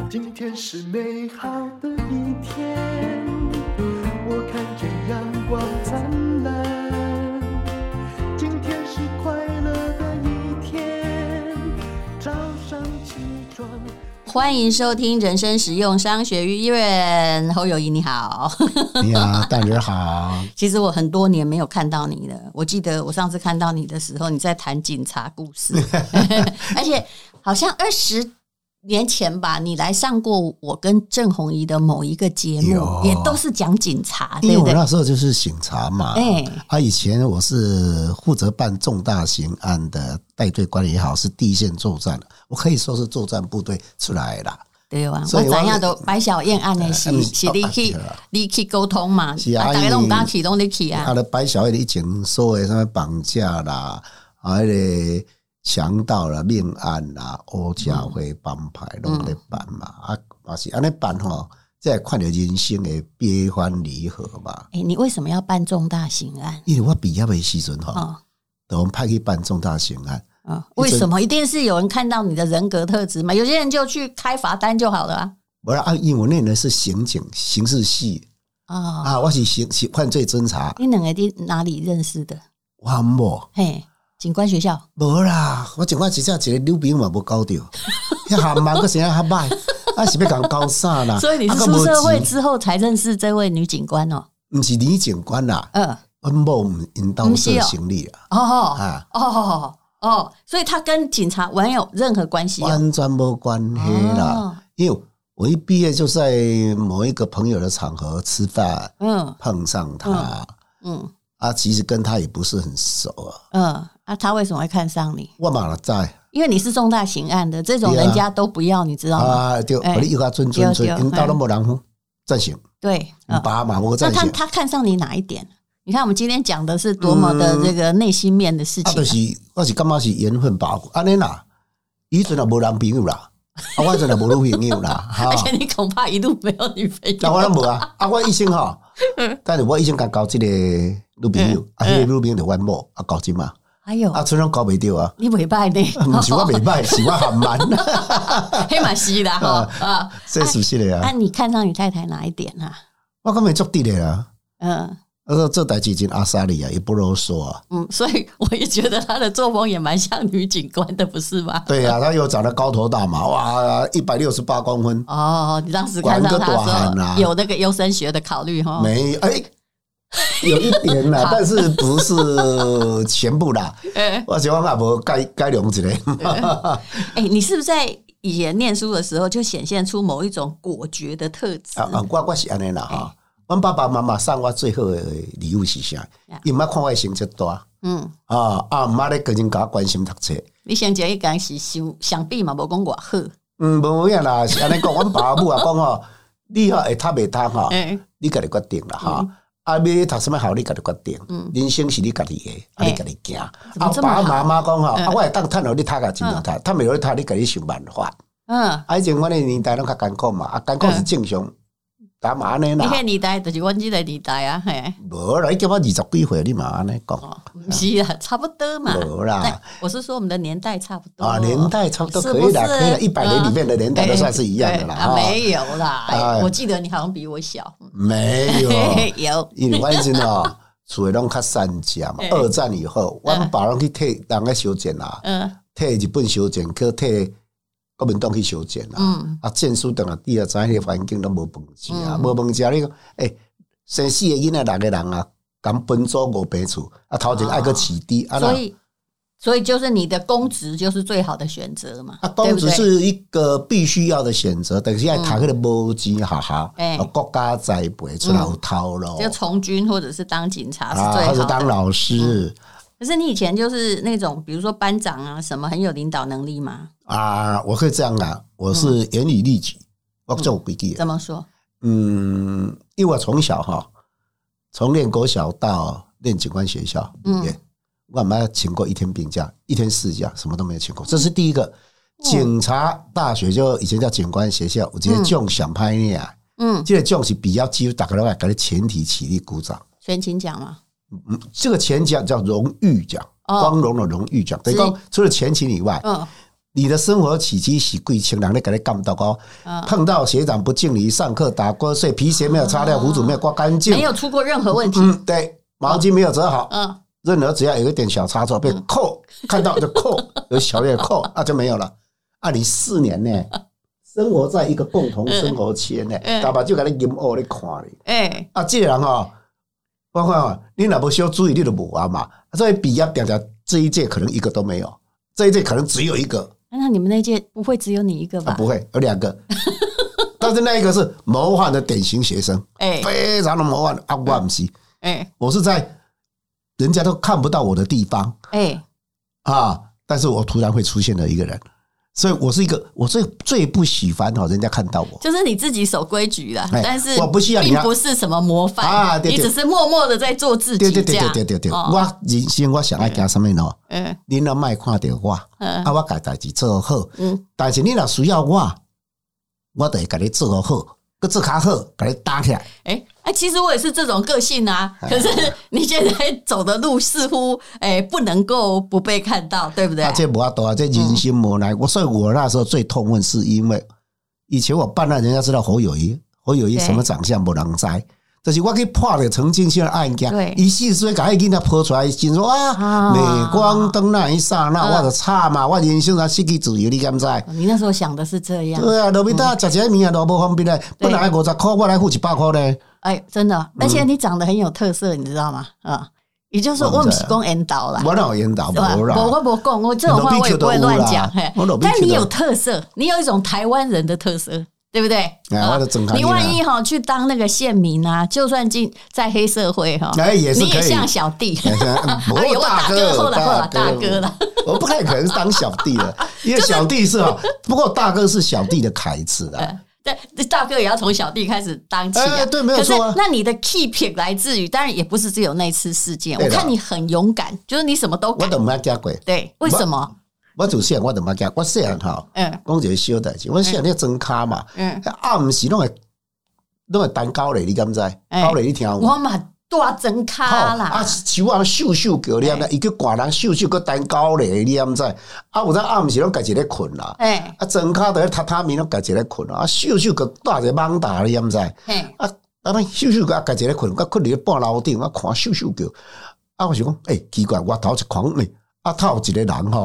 今天是美好的一天，我看见阳光灿烂。今天是快乐的一天，早上起床。 欢迎收听人生实用商学院，侯友宜你好。 你好，大姐好。 其实我很多年没有看到你了，我记得我上次看到你的时候，你在谈警察故事，而且好像20年前吧，你来上过我跟郑弘仪的某一个节目，也都是讲警察， 因为我对不对？ 那时候就是警察嘛，以前我是负责办重大刑案的带队官也好，是第一线作战的，我可以说是作战部队出来的。 对啊，我怎样都白小燕案的是你去沟通嘛，大家都不敢去，都你去啊。 白小燕以前所谓什么绑架啦，那个强盗啦、命案啦、欧家会帮派拢在办嘛，嘛是安尼办吼，才看到人生的悲欢离合嘛。 你为什么要办重大刑案？ 因为我毕业的时阵吼，我们派去办重大刑案。 为什么？一定是有人看到你的人格特质嘛？有些人就去开罚单就好了啊。 不是因为我念的是刑警刑事系我是犯罪侦查。 你两个在哪里认识的？ 我冇警官学校无啦，我警官学校一个女朋友嘛无交到，遐蛤蟆个生较歹，是要讲交啥啦？ 所以你是出社会之后才认识这位女警官哦？ 不是女警官啦，我冇引导这行李所以他跟警察没有任何关系， 完全没关系啦。因为我一毕业就在某一个朋友的场合吃饭，碰上他，其实跟他也不是很熟他为什么会看上你？ 我嘛在，因为你是重大刑案的，这种人家都不要，你知道吗？ 对，我你又要尊，因到都没人赞成， 对， 爸嘛无赞成。 那他看上你哪一点？你看，我们今天讲的是多么的这个内心面的事情。 我是感觉是缘分吧，安尼啦，以前也无男朋友啦，我现在也无女朋友啦。 而且你恐怕一路没有女朋友。 那我都无我以前但是我以前刚交这个女朋友，那个女朋友就阮某交金嘛。 哎呦， 村上交不到啊！ 你袂歹呢， 不是我袂歹，是我很慢。 黑马西的这熟悉的啊。 你看上你太太哪一点啊？ 我根本做对的啦。我说这代志真阿莎莉啊，也不啰嗦啊。 所以我也觉得她的作风也蛮像女警官的，不是吗？ 对啊，她又长得高头大马，哇，168公分。 你当时看上她的时候有那个优生学的考虑哈？ 没，有一点啦，但是不是全部啦。我希望也无改良一下。 你是不是在以前念书的时候就显现出某一种果决的特质？ 我是安尼啦我爸爸妈妈送我最好的礼物是啥？因为看我成绩大，妈咧个人甲我关心读册。 你成绩刚是想必嘛，无讲偌好。 无影啦，是安尼讲。阮爸母也讲你会读袂读你家己决定啦要读什么好，你家己决定。人生是你家己的，你家己行。爸妈妈讲我会当趁互你读啊，尽量读，趁袂落你读，你家己想办法。以前阮的年代拢较艰苦嘛，艰苦是正常。打嘛安尼啦， 你迄年代就是阮这个年代啊， 无啦，你叫我20几岁，你嘛安尼讲， 不是啊，差不多嘛。 无啦， 我是说我们的年代差不多年代差不多可以啦，可以啦，100年里面的年代都算是一样的啦。 没有啦，我记得你好像比我小。 没有， 有， 因为我以前厝诶拢较散家嘛。2战以后，阮爸拢去替人个修剪啦，替日本修剪，去替国民党去修剪建书等第二知个环境都无饭食无饭食你讲生4个囡仔6个人敢分租5坪厝头前爱个起低所以就是你的公职就是最好的选择嘛。 公职是一个必须要的选择，但是要读迄个无钱学校，国家栽培出来有头路， 就从军或者是当警察是最好的， 或者当老师。 可是你以前就是那种比如说班长啊什么很有领导能力吗？ 我可以这样我是严以律己，我做规矩。 怎么说？ 因为我从小从念国小到念警官学校毕业，我没有请过1天病假，1天事假，什么都没有请过。这是第一个。警察大学就以前叫警官学校，有一个奖想拍呢这个奖是比较几乎大家都给他全体起立鼓掌。 全勤奖吗？ 这个前奖叫荣誉奖，光荣的荣誉奖。等于说除了前勤以外， 你的生活起居是几千人在给你监督哦。碰到学长不敬礼，上课打瞌睡，皮鞋没有擦掉，胡子没有刮干净， 没有出过任何问题。 对，毛巾没有折好。任何只要有一点小差错被扣，看到就扣，有小月扣，就没有了。你4年呢，生活在一个共同生活圈呢，爸爸就给你阴恶在看你。这个人我看你若不小注意，你就无啊嘛。所以毕业定定这一届可能一个都没有，这一届可能只有一个。 那你们那届不会只有你一个吧？ 不会，有2个。但是那一个是模范的典型学生，非常的模范。我不是，我是在人家都看不到我的地方，但是我突然会出现了一个人。所以我是一个，我最不喜欢人家看到我， 就是你自己守规矩啦，但是我不需要你， 并不是什么模范你只是默默的在做自己。 对，我人生我想要干什么呢？你若莫看到我，我把代志做好，但是你若需要我就会给你做好，搁做较好，给你打起来。 其实我也是这种个性啊，可是你现在走的路似乎不能够不被看到，对不对？ 这没办法，这人心无奈。所以我那时候最痛恨是因为以前我办案，人家知道侯友宜什么长相没人知，就是我去破了陈进兴的案件，他40岁把那囡仔抱出来，心说镁光灯那一刹那，我就惨嘛，我人生才失去自由，你敢知？ 你那时候想的是这样？ 对啊，路边摊吃一个面都不方便嘞，本来50块，我来付100块嘞。 真的，而且你长得很有特色，你知道吗？也就是说，我不是讲引导啦， 我哪有引导？ 我不讲，我这种话我也不会乱讲。但你有特色，你有一种台湾人的特色。对不对？你万一去当那个县民啊，就算在黑社会你也像小弟，有大哥，后来大哥了。 我不太可能当小弟了，因为小弟是不过大哥是小弟的凯子啊。 对，大哥也要从小弟开始当起啊。 对，没有错。可是那你的 keep 来自于，当然也不是只有那次事件。我看你很勇敢，就是你什么都敢。 我都没惊过。 对，为什么？ 我自细我就冇惊，我细汉讲一个小代志，我细汉你装卡嘛，暗时拢会弹高嘞，你敢知？高嘞你听有？ 我嘛大装卡啦， 树啊秀叫你知？伊叫寡人秀个弹高嘞，你敢知？有在暗时拢家己咧困啦，装卡在榻榻米拢家己咧困啦，秀个大一网大，你敢知？秀个家己咧困，我困伫半楼顶，我看秀叫，我想讲，奇怪，我头一狂呢。他有一个人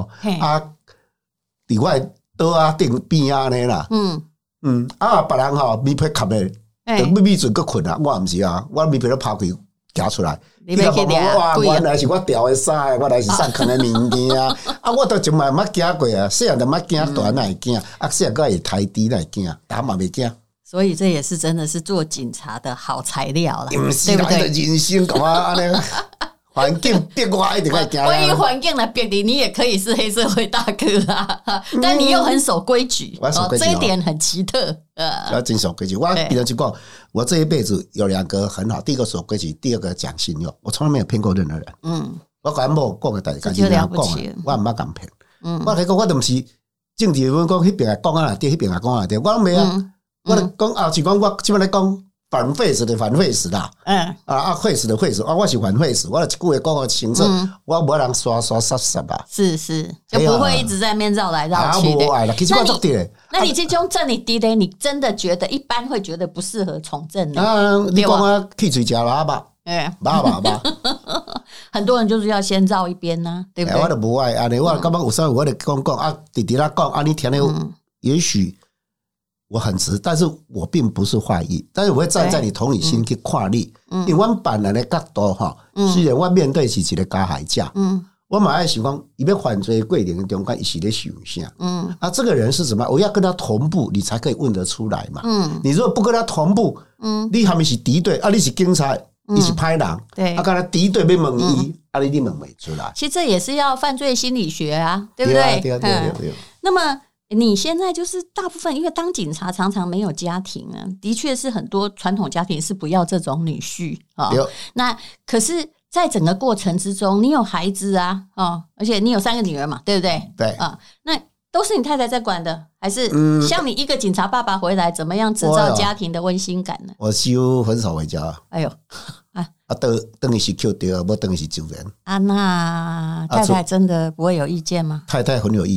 伫我的桌顶边啊呢啦，别人米皮吸的，米准个困啊，我毋是啊，我米皮都抛开夹出来， 你要去哇，原来是我掉的衫，我来是上坑的物件我都从来捌惊过啊，细汉都捌惊，大人会惊，细汉个会抬低来惊，打嘛袂惊。 所以这也是真的是做警察的好材料了，对不对？人生干嘛安尼？环境逼我一定会惊。 关于环境来逼你也可以是黑社会大哥啊，但你又很守规矩，这一点很奇特。 要真守规矩。我比如讲，我这一辈子有2个很好，第一个守规矩，第二个讲信用。我从来没有骗过任何人。我敢某讲个代志， 这就了不起。 我唔捌敢骗。我来讲，我都不是政治文讲迄边来讲啊，对，迄边来讲啊，对，我拢没啊。我讲是讲我即摆来讲。反废死的反废死啦，废死的废死我是反废死，我一句话讲个清楚，我无人刷杀吧， 是，就不会一直在那边绕来绕去的。 其实我做对。 那你这种证你低的，你真的觉得一般会觉得不适合从政你讲我去嘴吃喇叭，吧， 很多人就是要先绕一边呢，对不对？ 我都不爱安尼，我感觉有时候我就讲弟弟啦讲你听了，也许。我很直，但是我并不是坏意，但是我会站在你同理心去看你。因为我本来的角度虽然我面对是一个加害者，我蛮爱想讲，伊要犯罪过程中间，伊是在想啥？这个人是什么？我要跟他同步，你才可以问得出来嘛。你如果不跟他同步，你还没是敌对，你是警察，你是歹人， 对， 跟他敌对要问伊，你问不出来。 其实这也是要犯罪心理学啊，对不对？ 对。 那么。你现在就是大部分，因为当警察常常没有家庭啊，的确是很多传统家庭是不要这种女婿那可是，在整个过程之中，你有孩子啊而且你有3个女儿嘛，对不对？ 对那都是你太太在管的，还是像你一个警察爸爸回来，怎么样制造家庭的温馨感呢？ 我几乎很少回家。 哎呦等于是 Q 掉，不等于是救人那太太真的不会有意见吗？ 太太很有意见。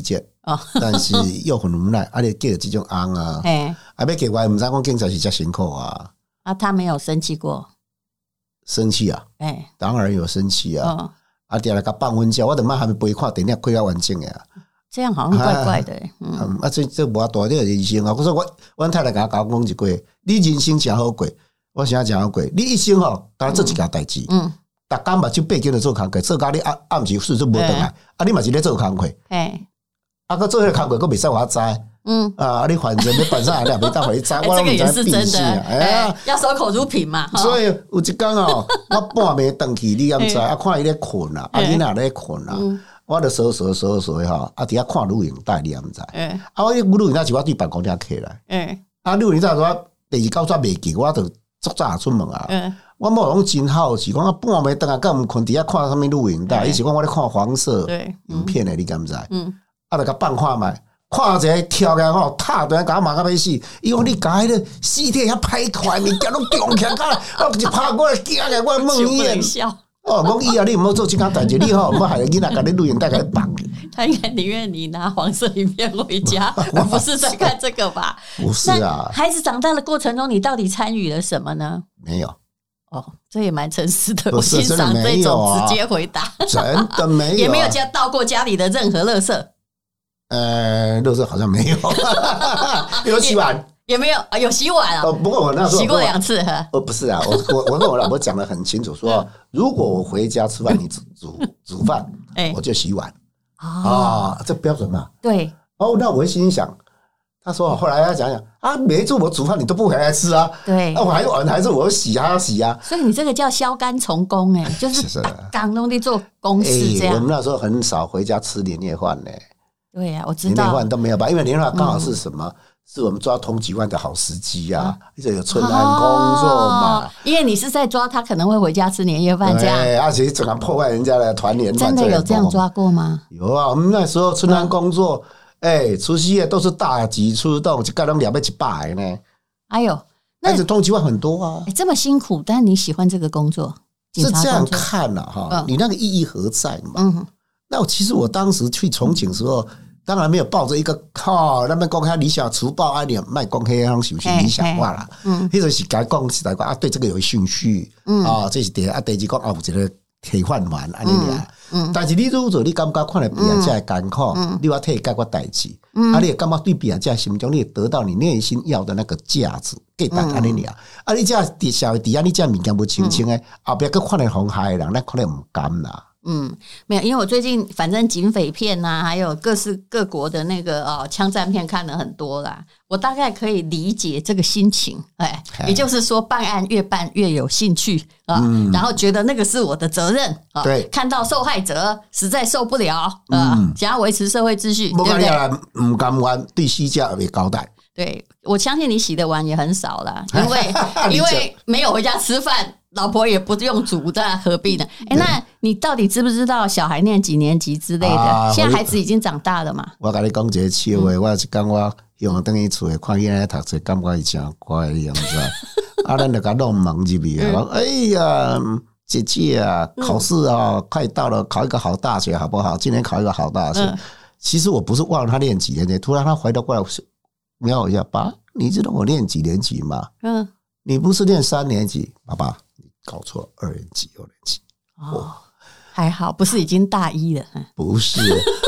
但是又很无奈，你嫁这种翁啊，要嫁我，唔知讲警察是遮辛苦啊。 他没有生气过， 生气啊，当然有生气啊。第二个放婚假，我等妈还没陪看电影，看到完整的啊。 这样好像怪怪的。 这无大的人生啊。我说我太太甲我讲一句，你人生真好过，我想真好过。你一生当然做一件代志，逐工目睭闭紧就做工课，做到你暗时睡都无倒来，你嘛是咧做工课。佮做迄个工课，佮袂使我知。你反正你本身也没当回知，我这个也是真的。要守口如瓶嘛。 所以有一天我半暝回去，你敢知？看伊咧困啊，囡仔咧困啊，我就搜伫遐看录影带，你敢知？我录影带是我对办公室摕来。录影带说第二九煞袂记，我就足早出门啊。我某种真好奇，讲半暝回来，敢毋困伫遐看啥物录影带？伊是讲我咧看黄色影片诶，你敢知？就甲放看卖。看一个跳起来踏断甲骂到要死，伊讲你甲迄个尸体遐歹看，物件拢撞起来，我一拍过来惊个，我梦魇。讲伊你毋好做即件代志，你毋好害囡仔甲你录影带甲你绑。 他应该宁愿你拿黄色影片回家，而不是在看这个吧？ 不是啊， 孩子长大的过程中，你到底参与了什么呢？ 没有。 这也蛮诚实的，我欣赏这种直接回答。 真的没有， 也没有倒过家里的任何垃圾。 垃圾好像没有，有洗碗也没有，有洗碗啊。 不过我那时候洗过2次。 不是啊，我跟我老婆讲得很清楚，说如果我回家吃饭，你煮饭，我就洗碗。这标准嘛。 对。 那我心想，他说后来要讲没做我煮饭你都不回来吃啊。 对。 我还碗还是我洗还要洗啊。 所以你这个叫削干从工就是刚弄的做公事这样。 我们那时候很少回家吃年夜饭呢。 对呀，我知道。 年夜饭都没有吧？因为年夜饭刚好是什么？是我们抓通缉犯的好时机啊！这有春安工作嘛？ 因为你是在抓他可能会回家吃年夜饭这样。 而且整个破坏人家的团圆饭。 真的有这样抓过吗？ 有啊，我们那时候春安工作，除夕夜都是大举出动，一概拢200-100个呢。 哎呦， 那通缉犯很多啊！ 这么辛苦，但你喜欢这个工作？ 是这样看啊哈，你那个意义何在嘛？那其实我当时去重庆的时候，当然没有抱着一个那边讲遐理想除暴安良，卖讲遐样是不是理想化啦？迄个是该讲是来讲对这个有兴趣这是第一。第二讲有一个铁饭碗安尼俩。但是你如果你感觉看了别人家艰苦，你要替解决代志，你也感觉对别人家心中你也得到你内心要的那个价值，给大安尼俩。你这社会底下你这物件不清清诶，后壁个看了红海的人，那可能唔甘啦。 没有，因为我最近反正警匪片啊，还有各国的那个枪战片看了很多啦，我大概可以理解这个心情。也就是说办案越有兴趣然后觉得那个是我的责任对， 看到受害者实在受不了想要维持社会秩序，对不对？ 不甘愿对死者为交代。 对，我相信你洗的碗也很少啦，因为没有回家吃饭，老婆也不用煮的，何必呢？那你到底知不知道小孩念几年级之类的？现在孩子已经长大了嘛？ 我跟你讲一个笑话，我是讲我用等于厝看囡仔读册，感觉伊真乖的样子。咱就甲弄忙入去哎呀，姐姐啊，考试快到了，考一个好大学好不好？今年考一个好大学。其实我不是忘了他念几年级，突然他回头过来瞄我一下，爸，你知道我念几年级吗？你不是念3年级，爸爸，你搞错了，2年级。 还好，不是已经大一了？ 不是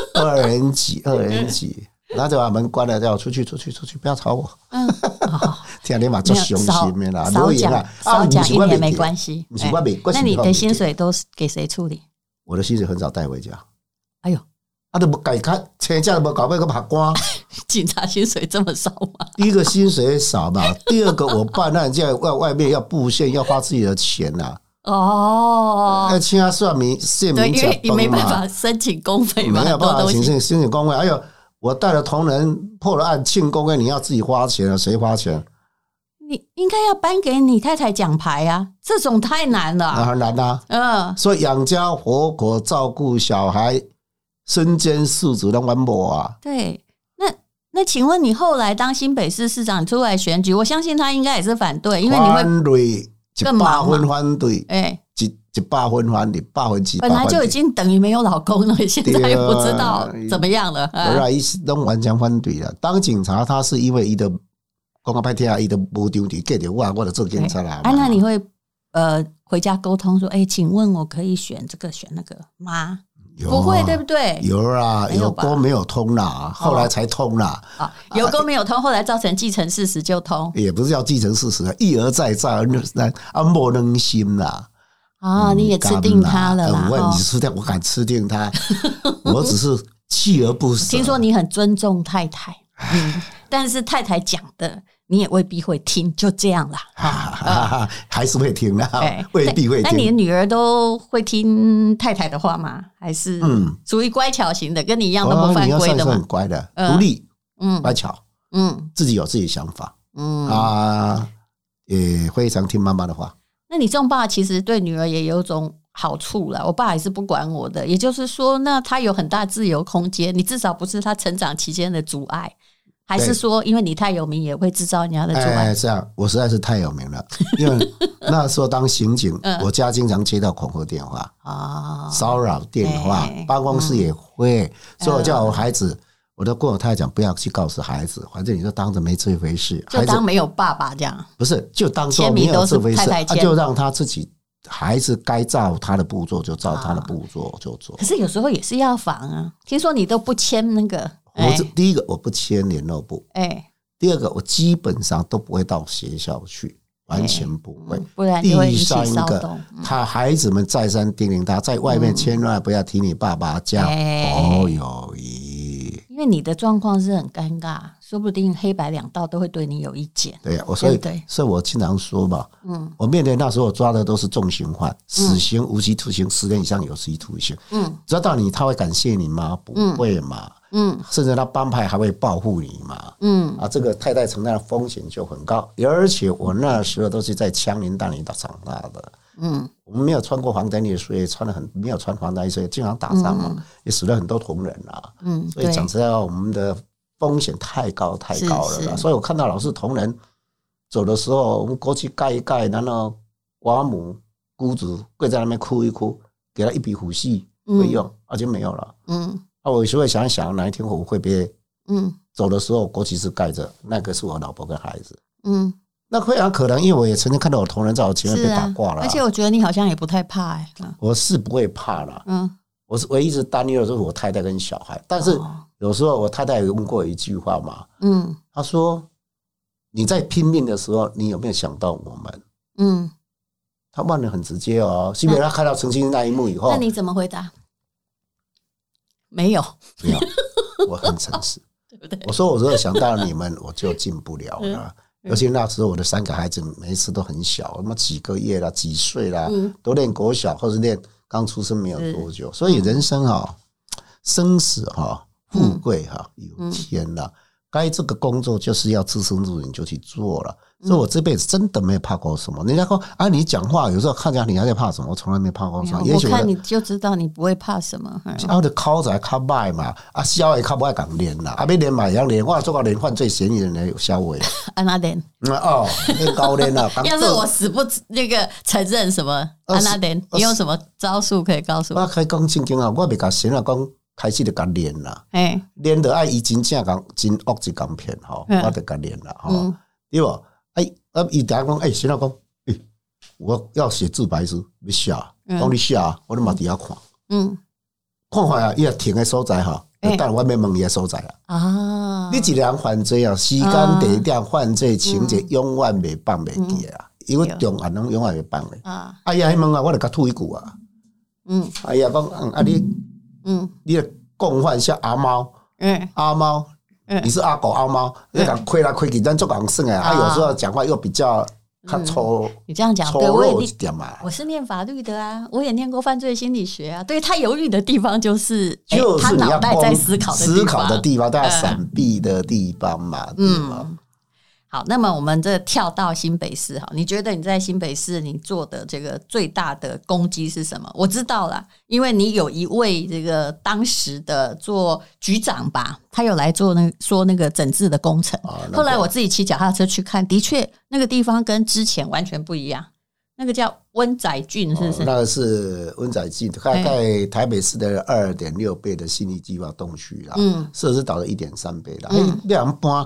2年级，然后就把门关了，叫我出去，不要吵我。听你嘛做凶心的啦， 少讲一点没关系。那你的薪水都是给谁处理？ 我的薪水很少带回家。 哎呦。 都不改看，车价都没搞，被个把关。 警察薪水这么少吗？ 第一个薪水少嘛，第二个我办案在外面要布线，要花自己的钱呐。要请他算民县民奖， 因为没办法申请公费嘛， 没有办法申请公费。还有我带了同仁破了案庆功，你要自己花钱了，谁花钱？ 你应该要颁给你太太奖牌啊，这种太难了， 很难啊。所以养家活口、照顾小孩。身兼数职的完博啊！ 对，那请问你后来当新北市市长出来选举，我相信他应该也是反对，因为你会更忙嘛。 反对， 100分翻200分200分， 本来就已经等于没有老公了，现在不知道怎么样了。 我啦，伊都完全反对了。当警察，他是因为伊的讲个歹听，伊的无张地记着我就做警察啦。 那你会回家沟通说，请问我可以选这个选那个吗？不会，对不对？ 有啦，有沟没有通啦，后来才通啦。 有沟没有通，后来造成既成事实就通， 也不是叫既成事实，一而再再而三，没能心啦。 你也吃定他了啦！ 你吃定我敢吃定他，我只是锲而不舍。 听说你很尊重太太，但是太太讲的你也未必会听，就这样啦。 还是会听啦，未必会听。 那你的女儿都会听太太的话吗？还是属于乖巧型的，跟你一样都不犯规的吗？ 很乖的，独立，乖巧，自己有自己的想法，也非常听妈妈的话。 那你这种爸其实对女儿也有种好处啦，我爸也是不管我的，也就是说，那他有很大自由空间，你至少不是他成长期间的阻碍。还是说，因为你太有名，也会制造人家的阻碍？ 这样，我实在是太有名了。因为那时候当刑警，我家经常接到恐吓电话、骚扰电话，办公室也会，所以我叫我孩子，我都跟我太太讲，不要去告诉孩子，反正你就当着没这回事， 就当没有爸爸这样。 不是，就当做没有这回事，就让他自己。孩子该照他的步骤就照他的步骤就做。 可是有时候也是要防啊。听说你都不签那个。 第一个我不签联络簿，第二个我基本上都不会到学校去，完全不会。 不然就会引起骚动。 第三个，他孩子们再三叮咛他，在外面千万不要提你爸爸叫侯友宜， 因为你的状况是很尴尬，说不定黑白两道都会对你有意见。 对啊，所以我经常说嘛，我面对那时候抓的都是重刑犯，死刑、无期徒刑、10年以上有期徒刑。知道你他会感谢你吗？不会嘛。甚至他帮派还会保护你嘛。这个太太承担的风险就很高，而且我那时候都是在枪林弹雨长大的。我们没有穿过防弹衣，所以没有穿防弹衣，所以经常打仗嘛，也死了很多同仁啊。所以讲实在话，我们的风险太高了啦。所以我看到老是同仁走的时候，我们过去盖一盖，然后寡母姑子跪在那边哭一哭，给他一笔抚恤费用，就没有了。我有时候想一想，哪一天我会别走的时候，国旗是盖着，那个是我老婆跟孩子。那非常可能，因为我也曾经看到我同仁在我前面被打挂了。 而且我觉得你好像也不太怕我是不会怕啦。我是唯一是担忧的就是我太太跟小孩。但是有时候我太太有问过一句话嘛，她说你在拼命的时候，你有没有想到我们？她问得很直接哦。是不是她看到澄清那一幕以后， 那你怎么回答？没有， 我很诚实， 对不对？ 我说我如果想到你们，我就进不了了。尤其那时候我的3个孩子每一次都很小，什么几个月啦、几岁啦，都练国小或是练刚出生没有多久。所以人生生死富贵有天啦，该这个工作就是要自身入你就去做了。所以我这辈子真的没有怕过什么。人家说你讲话有时候看起来你还在怕什么？我从来没怕过什么。 我看你就知道你不会怕什么。 我的口才较歹嘛，小的较不爱讲练啦，要练嘛也要练。我做到连犯罪嫌疑人也有小伟。 安那练？ 练高练啦。 要是我死不那个承认什么安那练，你有什么招数可以告诉我？ 我可以讲正经我别甲神讲。开始就甲练啦，练得伊真正讲真恶一讲骗我就甲练啦，对不？伊等下讲，先讲，我要写自白书，要写，讲你写，我就嘛底下看，看完伊也停的所在当然我要问伊的所在你一个人犯罪时间地点犯罪情节永远袂放袂记啊，因为重案拢永远袂放的。伊还问我就甲吐一句啊，伊也讲你的共犯像阿猫，阿猫，你是阿狗阿猫，你讲亏来亏去，咱做港生有时候讲话又比较抽， 你这样讲， 对，我也点嘛。 我是念法律的啊，我也念过犯罪心理学啊。对，他犹豫的地方就是他脑袋在思考的地方，大家闪避的地方嘛，对吗？ 好，那么我们这跳到新北市，你觉得你在新北市你做的这个最大的攻击是什么？我知道了，因为你有一位这个当时的做局长吧，他有来做说那个整治的工程。后来我自己骑脚踏车去看，的确那个地方跟之前完全不一样。 那个叫温仔郡是不是？ 那个是温仔郡，大概台北市的 2.6 倍的信义计划东区啦，设施岛的 1.3 倍啦。要人搬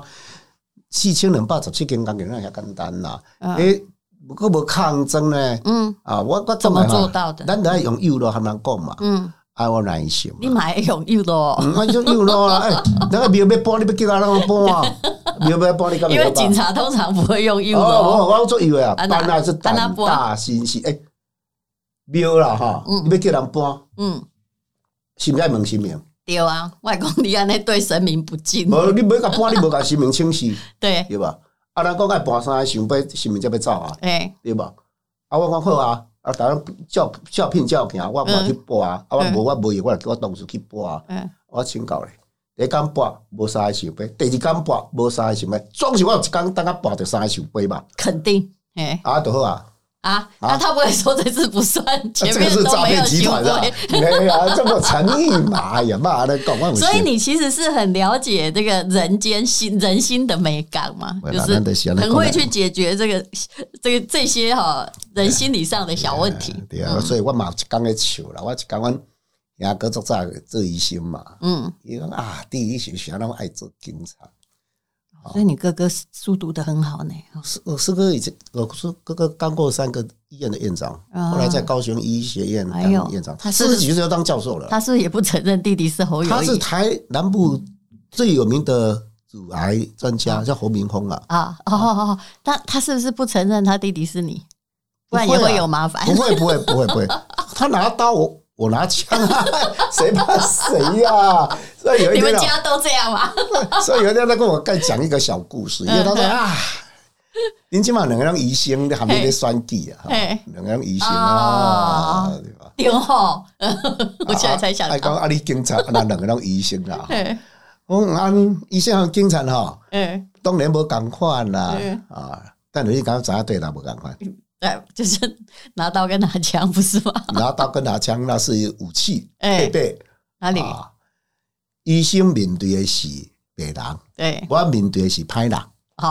4217间工厂，那也简单啦。不无抗争呢？我怎么做到的？ 咱来用油咯，还能讲嘛？我耐心。 你买用油咯？ 我就油咯啦。那个庙要搬，你要叫他人搬啊？庙要搬，你干嘛？ 因为警察通常不会用油咯。我做油的啊，搬来是胆大心细。庙啦哈，你要叫人搬，是不是要问神明？ 对啊，我讲你安尼对神明不敬。 无你要甲搬，你无甲神明请示， 对吧？咱讲爱搬啥想要神明才要走啊，对吧？我讲好啊，大家叫聘叫聘，我无去搬啊，我无闲，我叫我同事去搬啊，我请教咧。第一天搬无啥想买，第二天搬无啥想买，总是我有一天等下搬着啥想买吧？ 肯定， 就好啊。 那他不会说这次不算，前面这个是都没有集团啊，没啊，这么诚意嘛？哎呀妈的，讲所以你其实是很了解这个人心的美感嘛，就是很会去解决这些人心理上的小问题。 对啊，所以我嘛一天咧笑啦，我一天阮兄哥做早做医生嘛，伊讲第一学想让我爱做警察。 所以你哥哥书读得很好呢。 我师哥哥哥当过3个医院的院长，后来在高雄医学院当院长，他40几岁就当教授了。 他是也不承认弟弟是侯友宜。 他是台南部最有名的乳癌专家，叫侯明峰啊。 他是不是不承认他弟弟是你？不然也会有麻烦。 不会，他拿刀我拿枪啊，谁怕谁呀？所以有一天你们家都这样吗？ 所以有一天他跟我讲一个小故事，因为他说恁即嘛两个人医生还没在选举啊，两个人医生啊，对吧？ 对吼，我现在才想到， 讲你警察，那两个人医生啊，我医生和警察哈，当然无共款啦，但你刚刚知对啦，无共款。 就是拿刀跟拿枪，不是吗？ 拿刀跟拿枪那是武器配备。 哪里？ 医生面对的是病人， 对， 我面对的是歹人。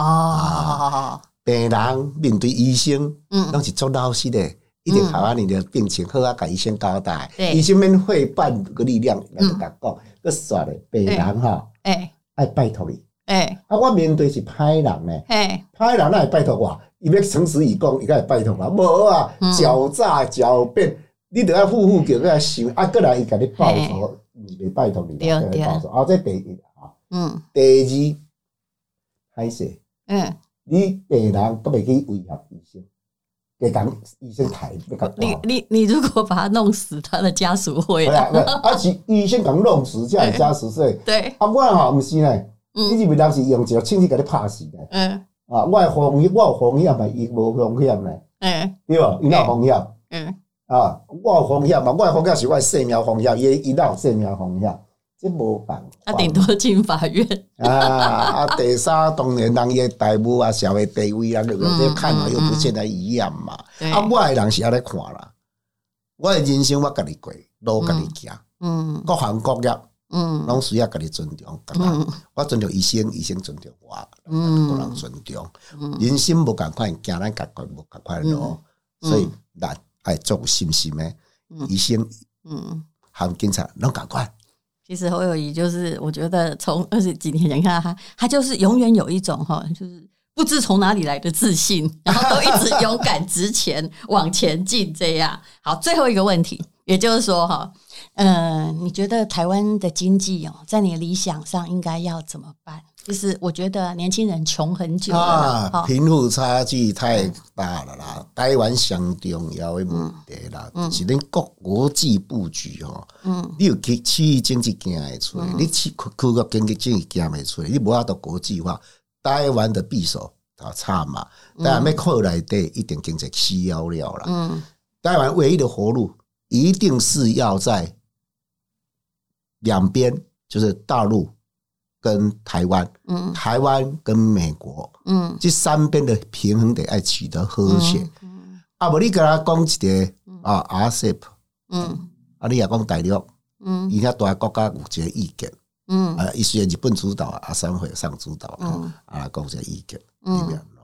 病人面对医生，拢是做老实的，一定好你的病情好甲医生交代。医生免费半个力量来甲讲，个煞咧病人爱拜托你。我面对是歹人呢，歹人哪会拜托我？伊要诚实以讲，伊该拜托啦，无啊，狡诈狡辩，你得要负叫个想，过来伊甲你报仇，袂拜托你，对报仇。这第一第二，歹势，你病人都袂去威胁医生，给讲医生抬， 你如果把他弄死，他的家属会是医生讲弄死，才会家属说， 对， 我毋是呢，你认为人是用一个枪去甲你拍死的，我有风险嘛，伊无风险呢，对吧？伊哪有风险？我有风险嘛，我的风险是我的生命风险，伊哪有生命风险？这无办法。 他顶多进法院。 第三，当然人伊的财务啊、社会地位啊，这看法又不见得一样嘛。我的人是安尼看啦，我的人生我家己过，路家己行，各行各业。拢需要甲你尊重，我尊重医生，医生尊重我，个人尊重。人心无共款，行咱家己无共款路，所以咱爱做心的医生，和警察拢共款。 其实侯友宜就是，我觉得从20几年前看到他就是永远有一种就是不知从哪里来的自信，然后都一直勇敢直前往前进这样。好，最后一个问题，也就是说你觉得台湾的经济在你的理想上应该要怎么办？就是我觉得年轻人穷很久了， 贫富差距太大了啦。台湾上重要的问题啦，是恁国际布局你有区域经济行会出来，你区域经济行袂出来，你无法度国际化。台湾的匕首差嘛，台湾要靠内底一定经济需要了啦。台湾唯一的活路，一定是要在两边，就是大陆跟台湾，台湾跟美国，这三边的平衡得爱取得和谐。无你跟他讲一个RCEP，你也讲大陆，伊遐大国家有一个意见，伊虽然日本主导，3会上主导，讲一个意见里面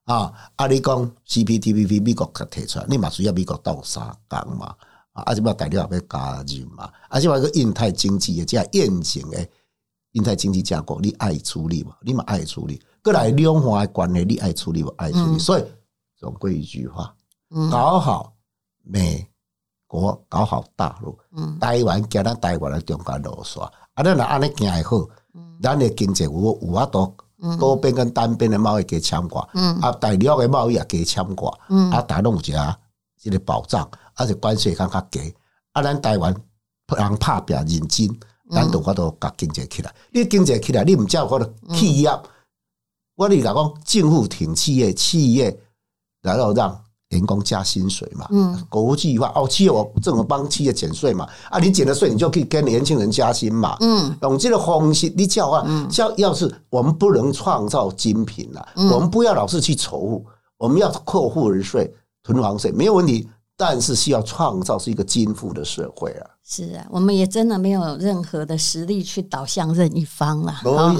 你讲 CPTPP 美国甲提出来，你嘛需要美国斗3工嘛？即摆大陆也要加入嘛？即摆个印太经济的这现行的印太经济架构，你爱处理嘛？你嘛爱处理，过来两岸的关系你爱处理无？爱处理，所以总归一句话，搞好美国，搞好大陆，台湾行咱台湾的中间路线，咱若安尼行会好，咱的经济有法度。多边跟单边的贸易加签挂，大陆的贸易也加签挂，大陆有一个保障，而且关税较低，咱台湾人拍拼认真，咱就法度甲经济起来。你经济起来，你毋才有法度企业，我你讲政府挺企业然后让员工加薪水嘛，国际化企业我政府帮企业减税嘛，你减了税，你就可以跟年轻人加薪嘛，用这个方式，你要是我们不能创造精品啦，我们不要老是去仇富，我们要扣富人税、囤房税没有问题，但是需要创造是一个精富的社会啊。 是啊，我们也真的没有任何的实力去导向任一方啦。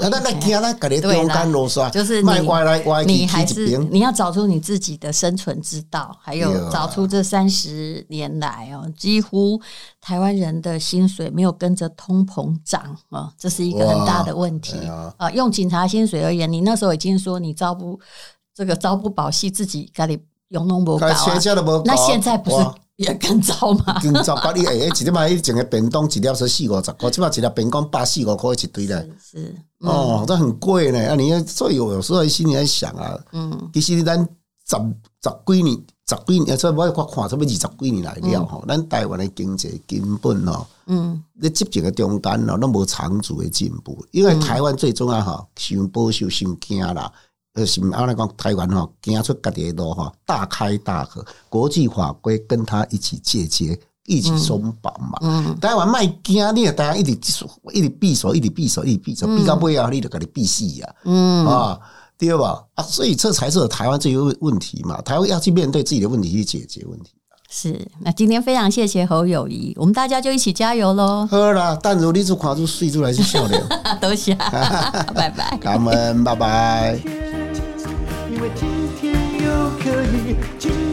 就是你还是你要找出你自己的生存之道，还有找出这30年来几乎台湾人的薪水没有跟着通膨涨这是一个很大的问题。用警察薪水而言，你那时候已经说你招不保系自己家里用弄不搞那现在不是也更糟嘛？ 更糟，你一点买一整个便当一粒是40-50块，起码一粒便当80-50块一堆嘞。 是这很贵呢。所以有时候心里在想啊，其实咱十几年，所以我看这么20几年来了咱台湾的经济根本你积极的中间都无长足的进步，因为台湾最重要想保守想惊啦。是按来讲，台湾行出家己的路大开大合，国际法规跟他一起借接，一起松绑嘛。台湾卖惊，你大家一直闭锁，闭到尾啊，你就给你闭死呀。对吧？所以这才是台湾这个问题嘛。台湾要去面对自己的问题，去解决问题。 是，那今天非常谢谢侯友宜，我们大家就一起加油咯。 好啦，但如你就看出水出来是笑脸， 多谢，拜拜， 感恩，拜拜。 因为今天又可以。